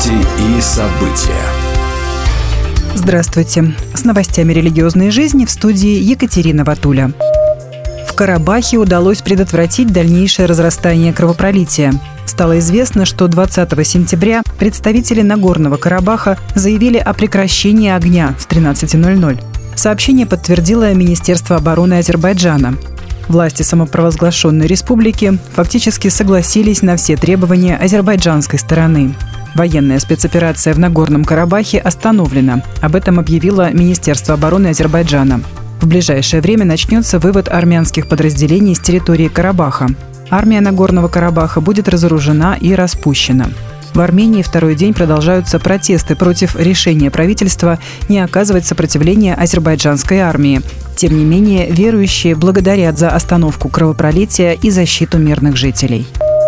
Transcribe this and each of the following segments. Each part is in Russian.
Новости и события. Здравствуйте. С новостями религиозной жизни в студии Екатерина Ватуля. В Карабахе удалось предотвратить дальнейшее разрастание кровопролития. Стало известно, что 20 сентября представители Нагорного Карабаха заявили о прекращении огня с 13:00. Сообщение подтвердило Министерство обороны Азербайджана. Власти самопровозглашенной республики фактически согласились на все требования азербайджанской стороны. Военная спецоперация в Нагорном Карабахе остановлена. Об этом объявило Министерство обороны Азербайджана. В ближайшее время начнется вывод армянских подразделений с территории Карабаха. Армия Нагорного Карабаха будет разоружена и распущена. В Армении второй день продолжаются протесты против решения правительства не оказывать сопротивления азербайджанской армии. Тем не менее, верующие благодарят за остановку кровопролития и защиту мирных жителей.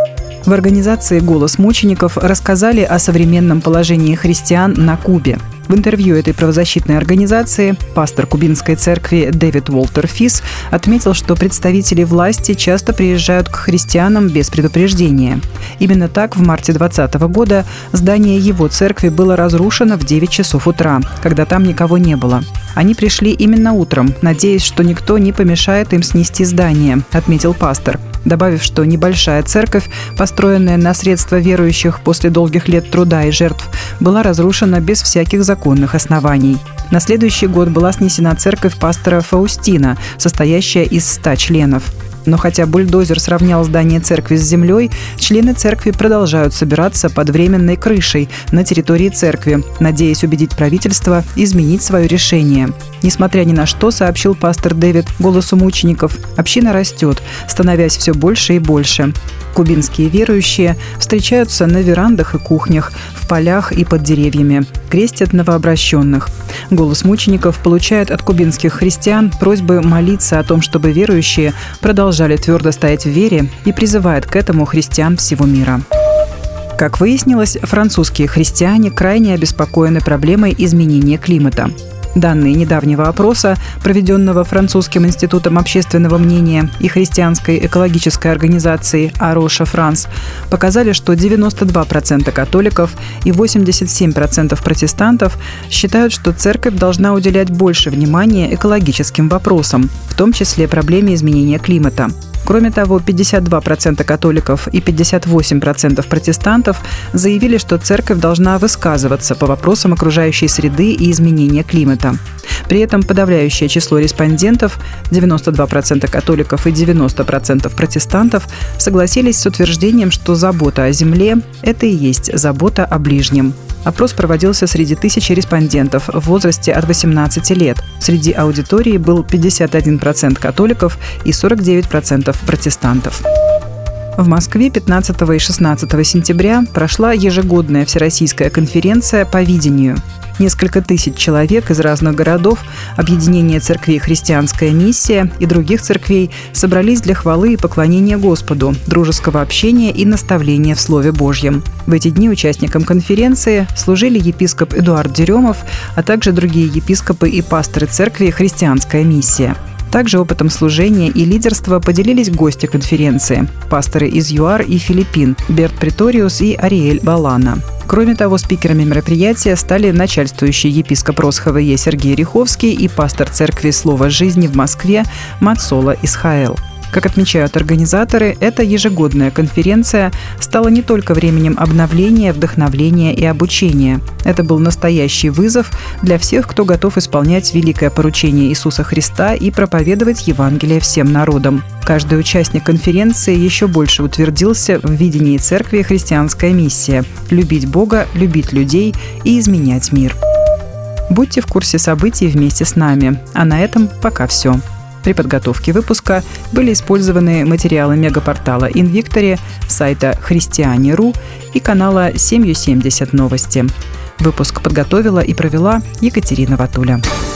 В организации «Голос мучеников» рассказали о современном положении христиан на Кубе. В интервью этой правозащитной организации пастор кубинской церкви Дэвид Уолтер Фис отметил, что представители власти часто приезжают к христианам без предупреждения. Именно так в марте 2020 года здание его церкви было разрушено в 9 часов утра, когда там никого не было. Они пришли именно утром, надеясь, что никто не помешает им снести здание, отметил пастор, добавив, что небольшая церковь, построенная на средства верующих после долгих лет труда и жертв, была разрушена без всяких законных оснований. На следующий год была снесена церковь пастора Фаустина, состоящая из 100 членов. Но хотя бульдозер сравнял здание церкви с землей, члены церкви продолжают собираться под временной крышей на территории церкви, надеясь убедить правительство изменить свое решение. Несмотря ни на что, сообщил пастор Дэвид «Голосу мучеников», община растет, становясь все больше и больше. Кубинские верующие встречаются на верандах и кухнях, в полях и под деревьями, крестят новообращенных. «Голос мучеников» получает от кубинских христиан просьбы молиться о том, чтобы верующие продолжали твердо стоять в вере, и призывает к этому христиан всего мира. Как выяснилось, французские христиане крайне обеспокоены проблемой изменения климата. Данные недавнего опроса, проведенного Французским институтом общественного мнения и христианской экологической организацией «Ароша Франс», показали, что 92% католиков и 87% протестантов считают, что церковь должна уделять больше внимания экологическим вопросам, в том числе проблеме изменения климата. Кроме того, 52% католиков и 58% протестантов заявили, что церковь должна высказываться по вопросам окружающей среды и изменения климата. При этом подавляющее число респондентов, 92% католиков и 90% протестантов, согласились с утверждением, что забота о земле – это и есть забота о ближнем. Опрос проводился среди 1000 респондентов в возрасте от 18 лет. Среди аудитории был 51% католиков и 49% протестантов. В Москве 15 и 16 сентября прошла ежегодная всероссийская конференция по видению. Несколько тысяч человек из разных городов, объединение церквей «Христианская миссия» и других церквей собрались для хвалы и поклонения Господу, дружеского общения и наставления в Слове Божьем. В эти дни участникам конференции служили епископ Эдуард Деремов, а также другие епископы и пасторы церкви «Христианская миссия». Также опытом служения и лидерства поделились гости конференции – пасторы из ЮАР и Филиппин Берт Преториус и Ариэль Балана. Кроме того, спикерами мероприятия стали начальствующий епископ РосХВЕ Сергей Риховский и пастор церкви «Слово жизни» в Москве Мацола Исхаэл. Как отмечают организаторы, эта ежегодная конференция стала не только временем обновления, вдохновления и обучения. Это был настоящий вызов для всех, кто готов исполнять великое поручение Иисуса Христа и проповедовать Евангелие всем народам. Каждый участник конференции еще больше утвердился в видении церкви «Христианская миссия» – любить Бога, любить людей и изменять мир. Будьте в курсе событий вместе с нами. А на этом пока все. При подготовке выпуска были использованы материалы мегапортала «Инвиктори», сайта «Христиане.ру» и канала «Семью 70 новости». Выпуск подготовила и провела Екатерина Ватуля.